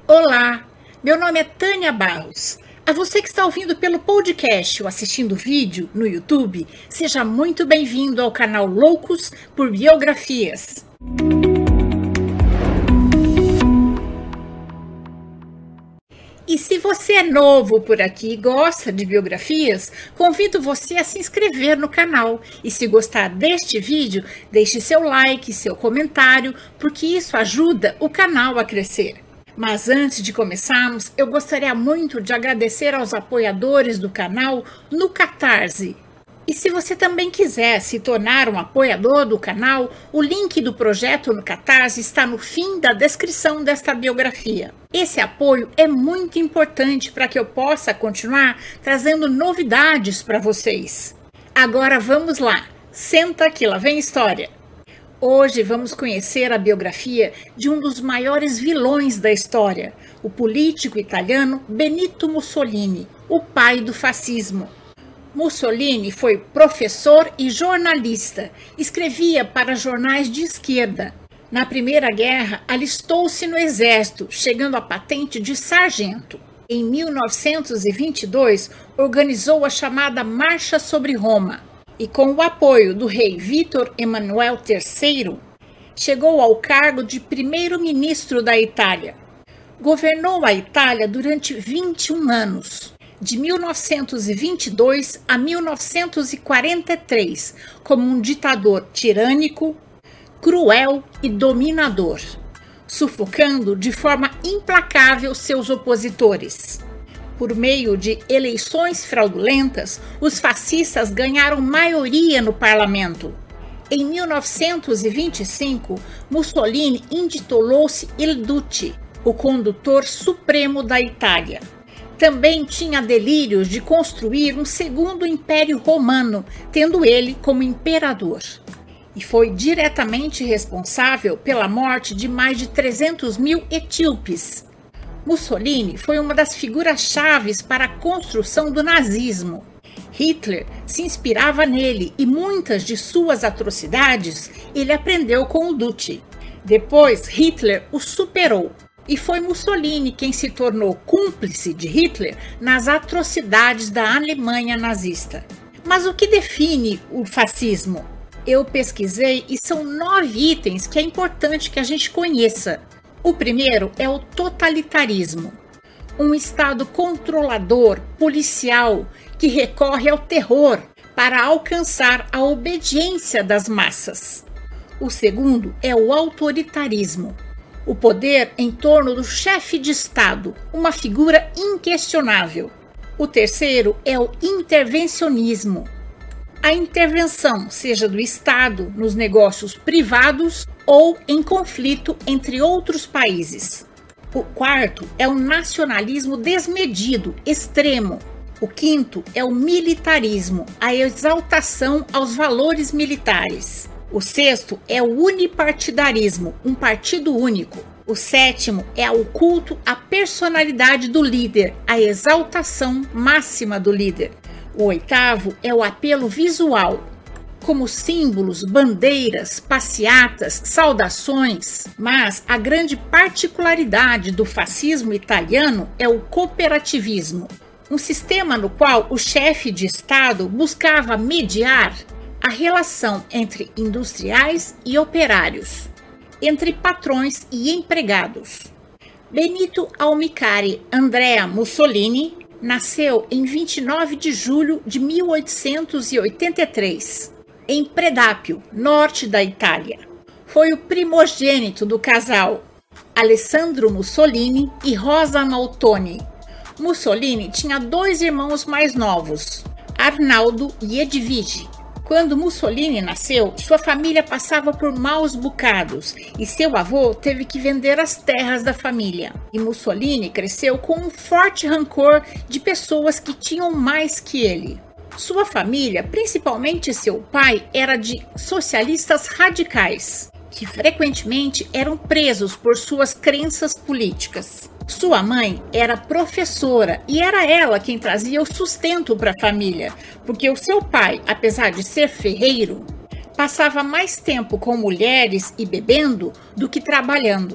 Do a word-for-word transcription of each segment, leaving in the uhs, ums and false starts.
Olá, meu nome é Tânia Barros. A você que está ouvindo pelo podcast ou assistindo vídeo no YouTube, seja muito bem-vindo ao canal Loucos por Biografias. E se você é novo por aqui e gosta de biografias, convido você a se inscrever no canal. E se gostar deste vídeo, deixe seu like, seu comentário, porque isso ajuda o canal a crescer. Mas antes de começarmos, eu gostaria muito de agradecer aos apoiadores do canal no Catarse. E se você também quiser se tornar um apoiador do canal, o link do projeto no Catarse está no fim da descrição desta biografia. Esse apoio é muito importante para que eu possa continuar trazendo novidades para vocês. Agora vamos lá, senta que lá vem história. Hoje vamos conhecer a biografia de um dos maiores vilões da história, o político italiano Benito Mussolini, o pai do fascismo. Mussolini foi professor e jornalista, escrevia para jornais de esquerda. Na Primeira Guerra, alistou-se no exército, chegando à patente de sargento. Em mil novecentos e vinte e dois, organizou a chamada Marcha sobre Roma e, com o apoio do rei Vítor Emanuel terceiro, chegou ao cargo de primeiro-ministro da Itália. Governou a Itália durante vinte e um anos. De mil novecentos e vinte e dois a mil novecentos e quarenta e três, como um ditador tirânico, cruel e dominador, sufocando de forma implacável seus opositores. Por meio de eleições fraudulentas, os fascistas ganharam maioria no parlamento. Em mil novecentos e vinte e cinco, Mussolini intitulou-se Il Duce, o condutor supremo da Itália. Também tinha delírios de construir um segundo império romano, tendo ele como imperador. E foi diretamente responsável pela morte de mais de trezentos mil etíopes. Mussolini foi uma das figuras-chave para a construção do nazismo. Hitler se inspirava nele e muitas de suas atrocidades ele aprendeu com o Duce. Depois, Hitler o superou. E foi Mussolini quem se tornou cúmplice de Hitler nas atrocidades da Alemanha nazista. Mas o que define o fascismo? Eu pesquisei e são nove itens que é importante que a gente conheça. O primeiro é o totalitarismo, um Estado controlador, policial, que recorre ao terror para alcançar a obediência das massas. O segundo é o autoritarismo, o poder em torno do chefe de Estado, uma figura inquestionável. O terceiro é o intervencionismo, a intervenção, seja do Estado nos negócios privados ou em conflito entre outros países. O quarto é o nacionalismo desmedido, extremo. O quinto é o militarismo, a exaltação aos valores militares. O sexto é o unipartidarismo, um partido único. O sétimo é o culto à personalidade do líder, a exaltação máxima do líder. O oitavo é o apelo visual, como símbolos, bandeiras, passeatas, saudações. Mas a grande particularidade do fascismo italiano é o cooperativismo, um sistema no qual o chefe de Estado buscava mediar a relação entre industriais e operários, entre patrões e empregados. Benito Almicare Andrea Mussolini nasceu em vinte e nove de julho de mil oitocentos e oitenta e três, em Predápio, norte da Itália. Foi o primogênito do casal Alessandro Mussolini e Rosa Maltoni. Mussolini tinha dois irmãos mais novos, Arnaldo e Edvige. Quando Mussolini nasceu, sua família passava por maus bocados e seu avô teve que vender as terras da família. E Mussolini cresceu com um forte rancor de pessoas que tinham mais que ele. Sua família, principalmente seu pai, era de socialistas radicais, que frequentemente eram presos por suas crenças políticas. Sua mãe era professora e era ela quem trazia o sustento para a família, porque o seu pai, apesar de ser ferreiro, passava mais tempo com mulheres e bebendo do que trabalhando.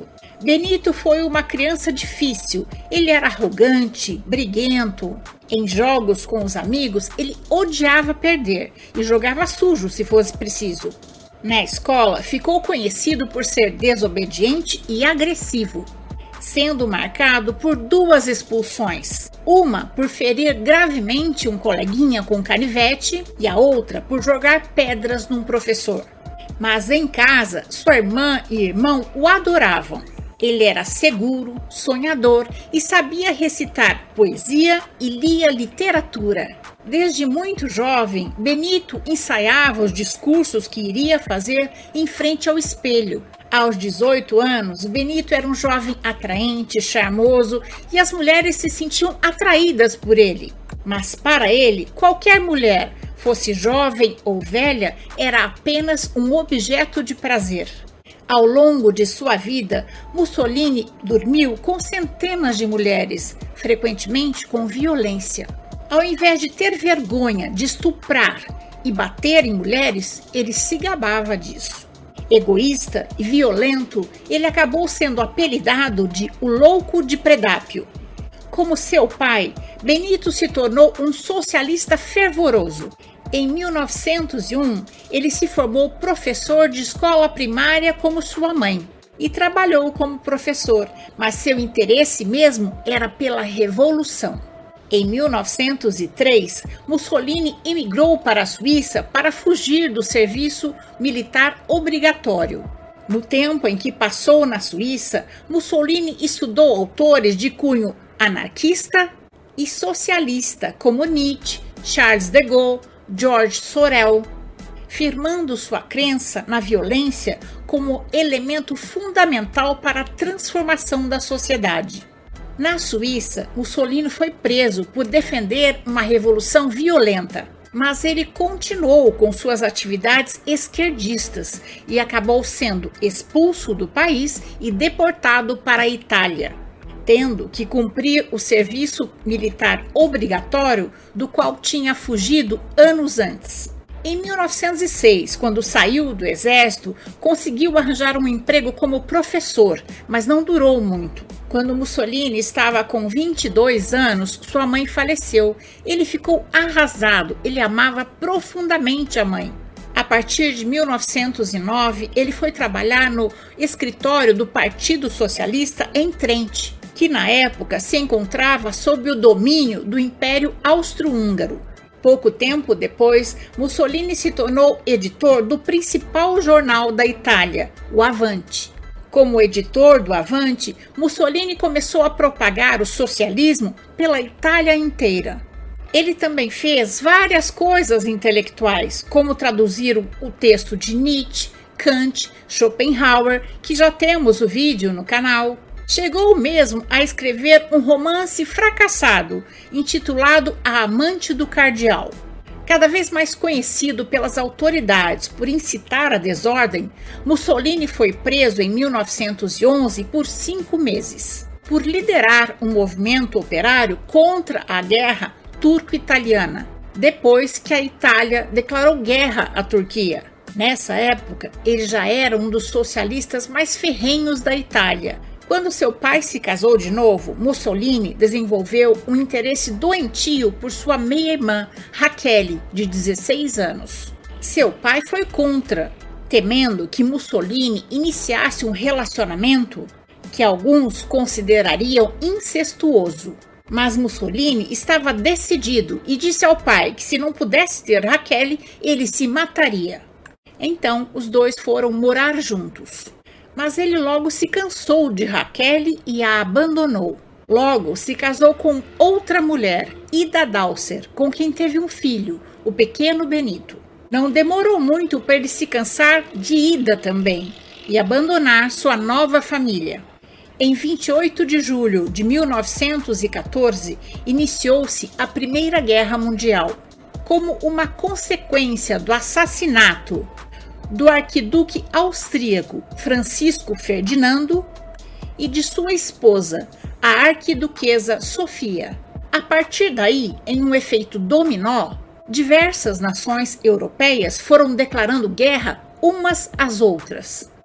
Benito foi uma criança difícil. Ele era arrogante, briguento. Em jogos com os amigos, ele odiava perder e jogava sujo se fosse preciso. Na escola, ficou conhecido por ser desobediente e agressivo, sendo marcado por duas expulsões. Uma por ferir gravemente um coleguinha com canivete e a outra por jogar pedras num professor. Mas em casa, sua irmã e irmão o adoravam. Ele era seguro, sonhador e sabia recitar poesia e lia literatura. Desde muito jovem, Benito ensaiava os discursos que iria fazer em frente ao espelho. Aos dezoito anos, Benito era um jovem atraente, charmoso e as mulheres se sentiam atraídas por ele. Mas para ele, qualquer mulher, fosse jovem ou velha, era apenas um objeto de prazer. Ao longo de sua vida, Mussolini dormiu com centenas de mulheres, frequentemente com violência. Ao invés de ter vergonha de estuprar e bater em mulheres, ele se gabava disso. Egoísta e violento, ele acabou sendo apelidado de o Louco de Predápio. Como seu pai, Benito se tornou um socialista fervoroso. Em mil novecentos e um, ele se formou professor de escola primária como sua mãe e trabalhou como professor, mas seu interesse mesmo era pela revolução. Em mil novecentos e três, Mussolini emigrou para a Suíça para fugir do serviço militar obrigatório. No tempo em que passou na Suíça, Mussolini estudou autores de cunho anarquista e socialista como Nietzsche, Charles de Gaulle, George Sorel, firmando sua crença na violência como elemento fundamental para a transformação da sociedade. Na Suíça, Mussolini foi preso por defender uma revolução violenta, mas ele continuou com suas atividades esquerdistas e acabou sendo expulso do país e deportado para a Itália, tendo que cumprir o serviço militar obrigatório do qual tinha fugido anos antes. Em mil novecentos e seis, quando saiu do exército, conseguiu arranjar um emprego como professor, mas não durou muito. Quando Mussolini estava com vinte e dois anos, sua mãe faleceu. Ele ficou arrasado, ele amava profundamente a mãe. A partir de mil novecentos e nove, ele foi trabalhar no escritório do Partido Socialista em Trente, que na época se encontrava sob o domínio do Império Austro-Húngaro. Pouco tempo depois, Mussolini se tornou editor do principal jornal da Itália, o Avanti. Como editor do Avanti, Mussolini começou a propagar o socialismo pela Itália inteira. Ele também fez várias coisas intelectuais, como traduzir o texto de Nietzsche, Kant, Schopenhauer, que já temos o vídeo no canal. Chegou mesmo a escrever um romance fracassado, intitulado A Amante do Cardeal. Cada vez mais conhecido pelas autoridades por incitar a desordem, Mussolini foi preso em mil novecentos e onze por cinco meses, por liderar um movimento operário contra a guerra turco-italiana, depois que a Itália declarou guerra à Turquia. Nessa época, ele já era um dos socialistas mais ferrenhos da Itália. Quando seu pai se casou de novo, Mussolini desenvolveu um interesse doentio por sua meia-irmã, Raquel, de dezesseis anos. Seu pai foi contra, temendo que Mussolini iniciasse um relacionamento que alguns considerariam incestuoso. Mas Mussolini estava decidido e disse ao pai que se não pudesse ter Raquel, ele se mataria. Então, os dois foram morar juntos. Mas ele logo se cansou de Raquel e a abandonou. Logo se casou com outra mulher, Ida Dalser, com quem teve um filho, o pequeno Benito. Não demorou muito para ele se cansar de Ida também e abandonar sua nova família. Em vinte e oito de julho de mil novecentos e quatorze, iniciou-se a Primeira Guerra Mundial. Como uma consequência do assassinato do arquiduque austríaco Francisco Ferdinando e de sua esposa, a arquiduquesa Sofia. A partir daí, em um efeito dominó, diversas nações europeias foram declarando guerra umas às outras.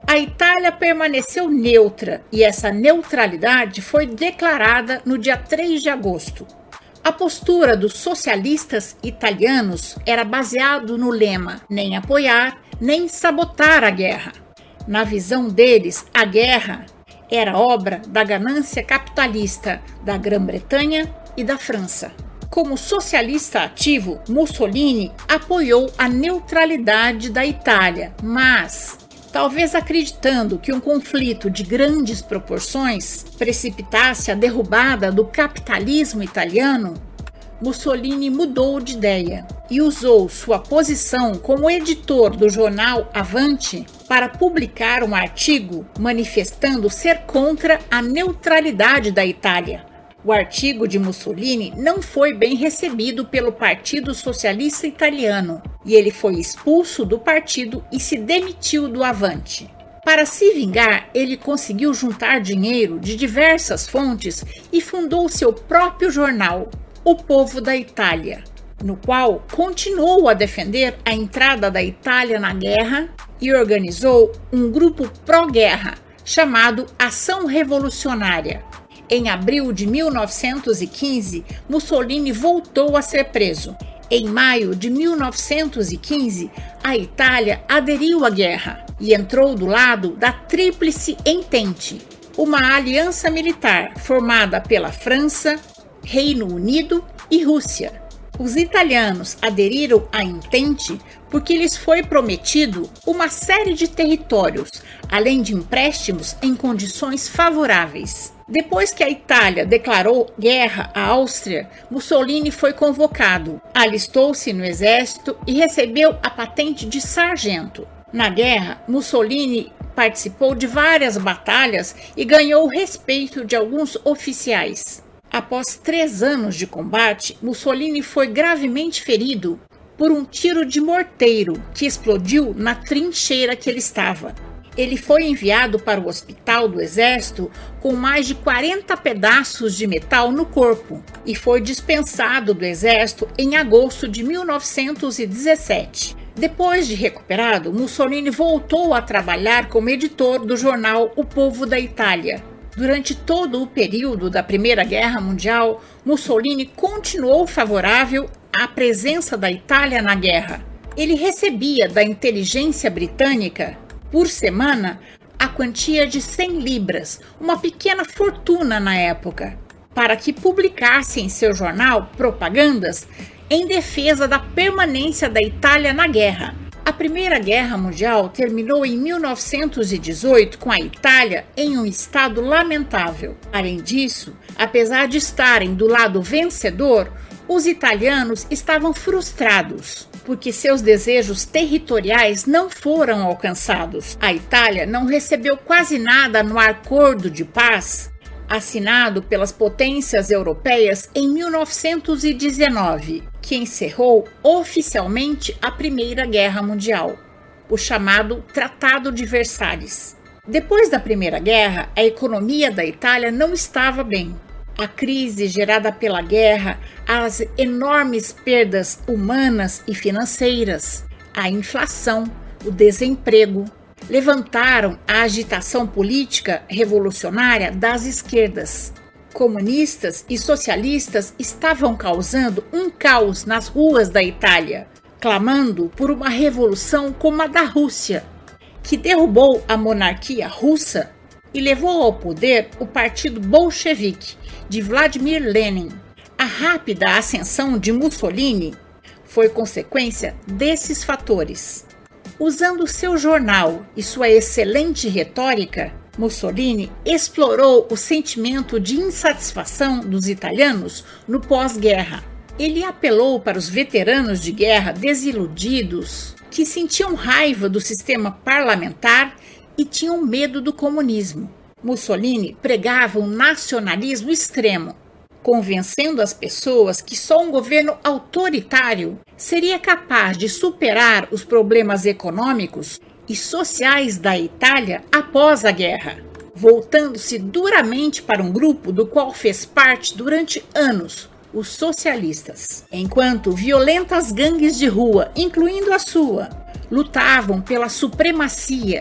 A Itália permaneceu neutra e essa neutralidade foi declarada no dia três de agosto. A postura dos socialistas italianos era baseada no lema nem apoiar, nem sabotar a guerra. Na visão deles, a guerra era obra da ganância capitalista da Grã-Bretanha e da França. Como socialista ativo, Mussolini apoiou a neutralidade da Itália, mas, talvez acreditando que um conflito de grandes proporções precipitasse a derrubada do capitalismo italiano, Mussolini mudou de ideia e usou sua posição como editor do jornal Avanti para publicar um artigo manifestando ser contra a neutralidade da Itália. O artigo de Mussolini não foi bem recebido pelo Partido Socialista Italiano e ele foi expulso do partido e se demitiu do Avanti. Para se vingar, ele conseguiu juntar dinheiro de diversas fontes e fundou seu próprio jornal, O Povo da Itália, no qual continuou a defender a entrada da Itália na guerra e organizou um grupo pró-guerra chamado Ação Revolucionária. Em abril de mil novecentos e quinze, Mussolini voltou a ser preso. Em maio de mil novecentos e quinze, a Itália aderiu à guerra e entrou do lado da Tríplice Entente, uma aliança militar formada pela França, Reino Unido e Rússia. Os italianos aderiram à Entente porque lhes foi prometido uma série de territórios, além de empréstimos em condições favoráveis. Depois que a Itália declarou guerra à Áustria, Mussolini foi convocado, alistou-se no exército e recebeu a patente de sargento. Na guerra, Mussolini participou de várias batalhas e ganhou o respeito de alguns oficiais. Após três anos de combate, Mussolini foi gravemente ferido por um tiro de morteiro que explodiu na trincheira que ele estava. Ele foi enviado para o hospital do exército com mais de quarenta pedaços de metal no corpo e foi dispensado do exército em agosto de mil novecentos e dezessete. Depois de recuperado, Mussolini voltou a trabalhar como editor do jornal O Povo da Itália. Durante todo o período da Primeira Guerra Mundial, Mussolini continuou favorável à presença da Itália na guerra. Ele recebia da inteligência britânica, por semana, a quantia de cem libras, uma pequena fortuna na época, para que publicasse em seu jornal propagandas em defesa da permanência da Itália na guerra. A Primeira Guerra Mundial terminou em mil novecentos e dezoito com a Itália em um estado lamentável. Além disso, apesar de estarem do lado vencedor, os italianos estavam frustrados, porque seus desejos territoriais não foram alcançados. A Itália não recebeu quase nada no Acordo de Paz, assinado pelas potências europeias em mil novecentos e dezenove, que encerrou oficialmente a Primeira Guerra Mundial, o chamado Tratado de Versalhes. Depois da Primeira Guerra, a economia da Itália não estava bem. A crise gerada pela guerra, as enormes perdas humanas e financeiras, a inflação, o desemprego, levantaram a agitação política revolucionária das esquerdas. Comunistas e socialistas estavam causando um caos nas ruas da Itália, clamando por uma revolução como a da Rússia, que derrubou a monarquia russa e levou ao poder o Partido Bolchevique de Vladimir Lenin. A rápida ascensão de Mussolini foi consequência desses fatores. Usando seu jornal e sua excelente retórica, Mussolini explorou o sentimento de insatisfação dos italianos no pós-guerra. Ele apelou para os veteranos de guerra desiludidos, que sentiam raiva do sistema parlamentar e tinham medo do comunismo. Mussolini pregava um nacionalismo extremo, convencendo as pessoas que só um governo autoritário seria capaz de superar os problemas econômicos e sociais da Itália após a guerra, voltando-se duramente para um grupo do qual fez parte durante anos, os socialistas. Enquanto violentas gangues de rua, incluindo a sua, lutavam pela supremacia,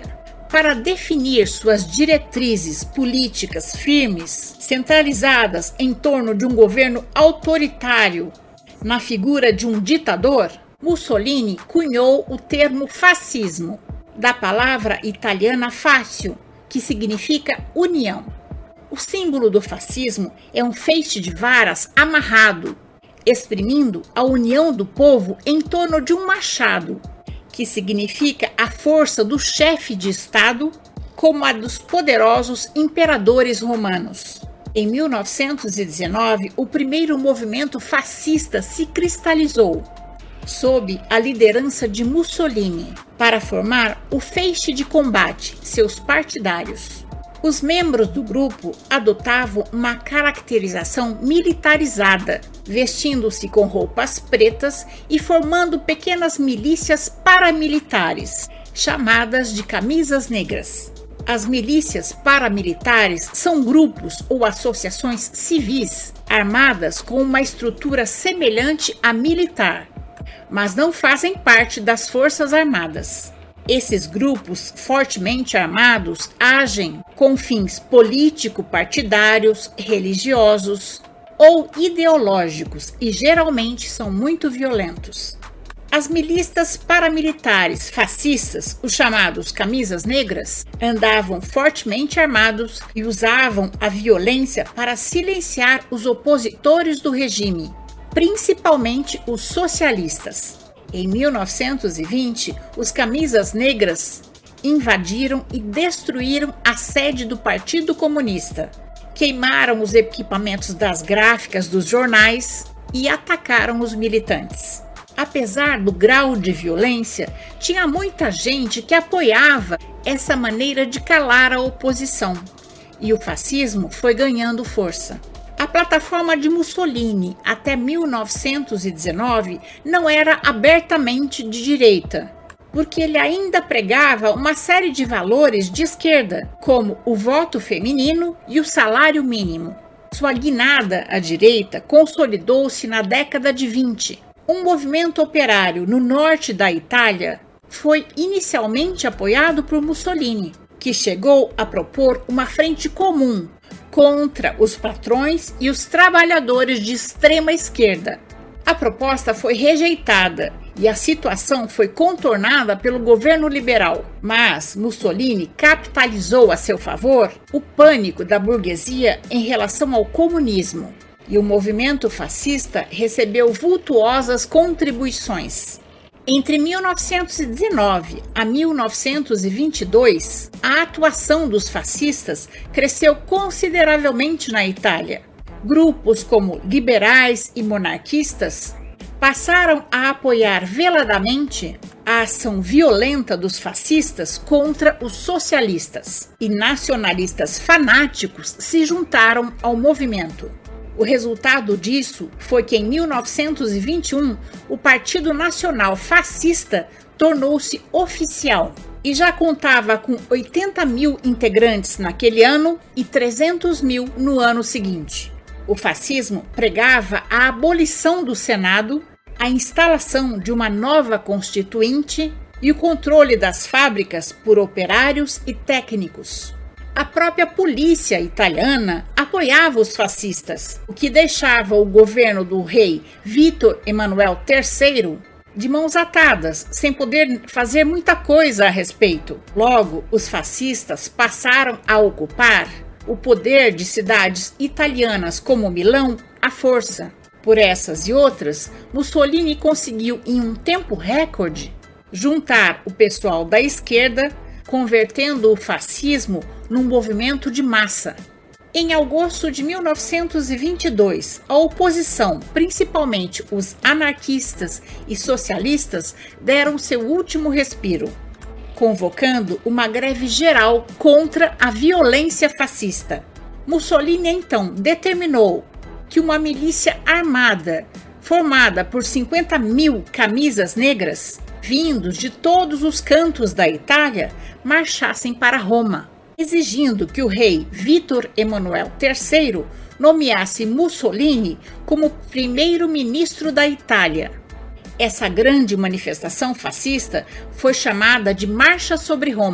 para definir suas diretrizes políticas firmes, centralizadas em torno de um governo autoritário, na figura de um ditador, Mussolini cunhou o termo fascismo, da palavra italiana fascio, que significa união. O símbolo do fascismo é um feixe de varas amarrado, exprimindo a união do povo em torno de um machado, que significa a força do chefe de Estado como a dos poderosos imperadores romanos. Em mil novecentos e dezenove, o primeiro movimento fascista se cristalizou, sob a liderança de Mussolini, para formar o feixe de combate, seus partidários. Os membros do grupo adotavam uma caracterização militarizada, vestindo-se com roupas pretas e formando pequenas milícias paramilitares, chamadas de camisas negras. As milícias paramilitares são grupos ou associações civis armadas com uma estrutura semelhante à militar, mas não fazem parte das Forças Armadas. Esses grupos fortemente armados agem com fins político-partidários, religiosos ou ideológicos e geralmente são muito violentos. As milícias paramilitares fascistas, os chamados camisas negras, andavam fortemente armados e usavam a violência para silenciar os opositores do regime, principalmente os socialistas. Em mil novecentos e vinte, os camisas negras invadiram e destruíram a sede do Partido Comunista, queimaram os equipamentos das gráficas dos jornais e atacaram os militantes. Apesar do grau de violência, tinha muita gente que apoiava essa maneira de calar a oposição, e o fascismo foi ganhando força. A plataforma de Mussolini até mil novecentos e dezenove não era abertamente de direita, porque ele ainda pregava uma série de valores de esquerda, como o voto feminino e o salário mínimo. Sua guinada à direita consolidou-se na década de vinte. Um movimento operário no norte da Itália foi inicialmente apoiado por Mussolini, que chegou a propor uma frente comum contra os patrões e os trabalhadores de extrema esquerda. A proposta foi rejeitada e a situação foi contornada pelo governo liberal, mas Mussolini capitalizou a seu favor o pânico da burguesia em relação ao comunismo, e o movimento fascista recebeu vultuosas contribuições. Entre mil novecentos e dezenove a mil novecentos e vinte e dois, a atuação dos fascistas cresceu consideravelmente na Itália. Grupos como liberais e monarquistas passaram a apoiar veladamente a ação violenta dos fascistas contra os socialistas, e nacionalistas fanáticos se juntaram ao movimento. O resultado disso foi que em mil novecentos e vinte e um o Partido Nacional Fascista tornou-se oficial e já contava com oitenta mil integrantes naquele ano e trezentos mil no ano seguinte. O fascismo pregava a abolição do Senado, a instalação de uma nova constituinte e o controle das fábricas por operários e técnicos. A própria polícia italiana apoiava os fascistas, o que deixava o governo do rei Vítor Emanuel terceiro de mãos atadas, sem poder fazer muita coisa a respeito. Logo, os fascistas passaram a ocupar o poder de cidades italianas como Milão à força. Por essas e outras, Mussolini conseguiu, em um tempo recorde, juntar o pessoal da esquerda, convertendo o fascismo num movimento de massa. Em agosto de mil novecentos e vinte e dois, a oposição, principalmente os anarquistas e socialistas, deram seu último respiro, convocando uma greve geral contra a violência fascista. Mussolini então determinou que uma milícia armada, formada por cinquenta mil camisas negras, vindos de todos os cantos da Itália, marchassem para Roma, exigindo que o rei Vítor Emanuel terceiro nomeasse Mussolini como primeiro-ministro da Itália. Essa grande manifestação fascista foi chamada de Marcha sobre Roma,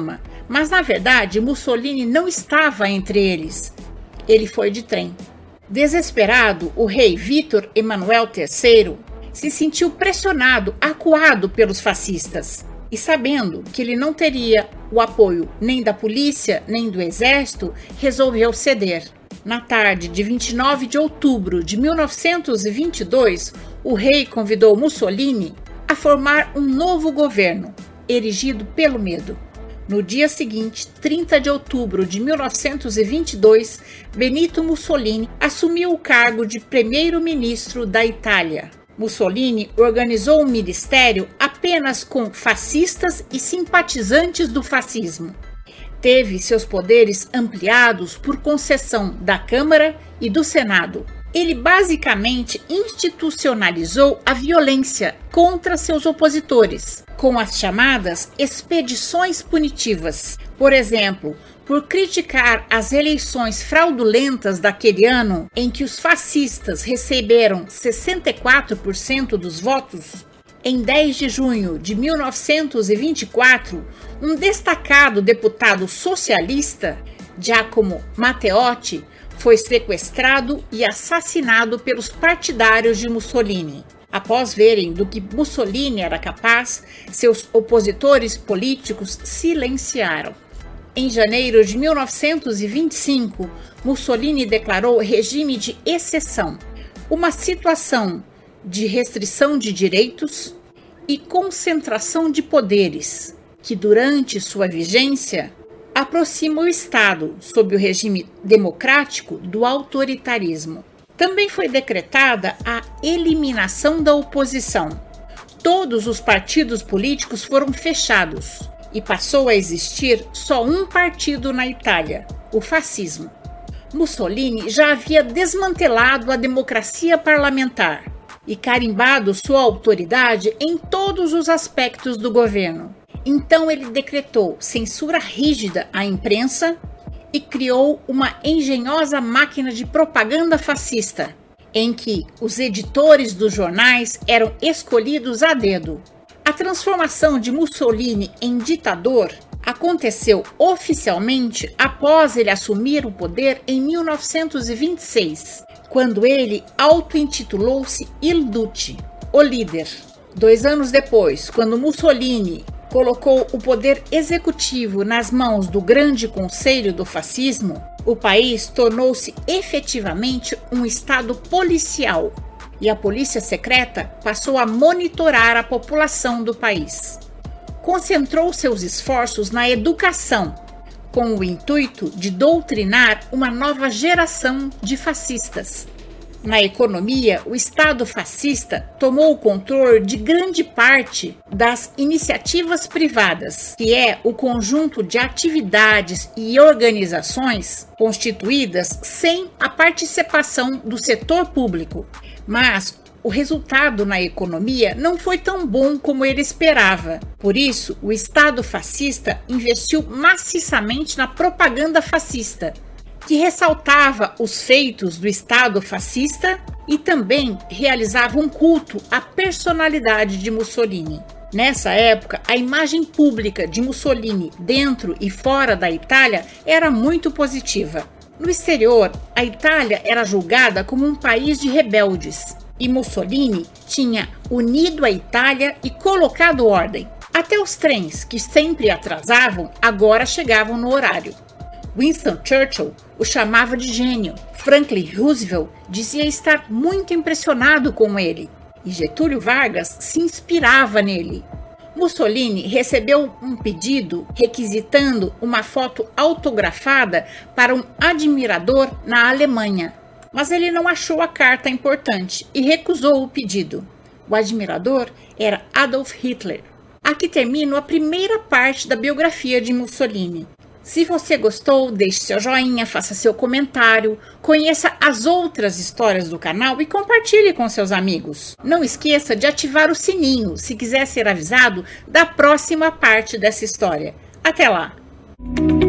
Mas na verdade, Mussolini não estava entre eles. Ele foi de trem. Desesperado, o rei Vítor Emanuel terceiro se sentiu pressionado, acuado pelos fascistas. E sabendo que ele não teria o apoio nem da polícia, nem do exército, resolveu ceder. Na tarde de vinte e nove de outubro de mil novecentos e vinte e dois, o rei convidou Mussolini a formar um novo governo, erigido pelo medo. No dia seguinte, trinta de outubro de mil novecentos e vinte e dois, Benito Mussolini assumiu o cargo de primeiro-ministro da Itália. Mussolini organizou um ministério apenas com fascistas e simpatizantes do fascismo. Teve seus poderes ampliados por concessão da Câmara e do Senado. Ele basicamente institucionalizou a violência contra seus opositores, com as chamadas expedições punitivas. Por exemplo, por criticar as eleições fraudulentas daquele ano, em que os fascistas receberam sessenta e quatro por cento dos votos, em dez de junho de mil novecentos e vinte e quatro, um destacado deputado socialista, Giacomo Matteotti, foi sequestrado e assassinado pelos partidários de Mussolini. Após verem do que Mussolini era capaz, seus opositores políticos silenciaram. Em janeiro de mil novecentos e vinte e cinco, Mussolini declarou regime de exceção, uma situação de restrição de direitos e concentração de poderes, que durante sua vigência aproxima o Estado, sob o regime democrático, do autoritarismo. Também foi decretada a eliminação da oposição. Todos os partidos políticos foram fechados e passou a existir só um partido na Itália, o fascismo. Mussolini já havia desmantelado a democracia parlamentar e carimbado sua autoridade em todos os aspectos do governo. Então ele decretou censura rígida à imprensa e criou uma engenhosa máquina de propaganda fascista, em que os editores dos jornais eram escolhidos a dedo. A transformação de Mussolini em ditador aconteceu oficialmente após ele assumir o poder em mil novecentos e vinte e seis, quando ele auto-intitulou-se Il Duce, o líder. Dois anos depois, quando Mussolini colocou o poder executivo nas mãos do Grande Conselho do Fascismo, o país tornou-se efetivamente um estado policial e a polícia secreta passou a monitorar a população do país. Concentrou seus esforços na educação, com o intuito de doutrinar uma nova geração de fascistas. Na economia, o Estado fascista tomou o controle de grande parte das iniciativas privadas, que é o conjunto de atividades e organizações constituídas sem a participação do setor público. Mas o resultado na economia não foi tão bom como ele esperava. Por isso, o Estado fascista investiu maciçamente na propaganda fascista, que ressaltava os feitos do Estado fascista e também realizava um culto à personalidade de Mussolini. Nessa época, a imagem pública de Mussolini dentro e fora da Itália era muito positiva. No exterior, a Itália era julgada como um país de rebeldes e Mussolini tinha unido a Itália e colocado ordem. Até os trens, que sempre atrasavam, agora chegavam no horário. Winston Churchill o chamava de gênio. Franklin Roosevelt dizia estar muito impressionado com ele. E Getúlio Vargas se inspirava nele. Mussolini recebeu um pedido requisitando uma foto autografada para um admirador na Alemanha. Mas ele não achou a carta importante e recusou o pedido. O admirador era Adolf Hitler. Aqui termina a primeira parte da biografia de Mussolini. Se você gostou, deixe seu joinha, faça seu comentário, conheça as outras histórias do canal e compartilhe com seus amigos. Não esqueça de ativar o sininho se quiser ser avisado da próxima parte dessa história. Até lá!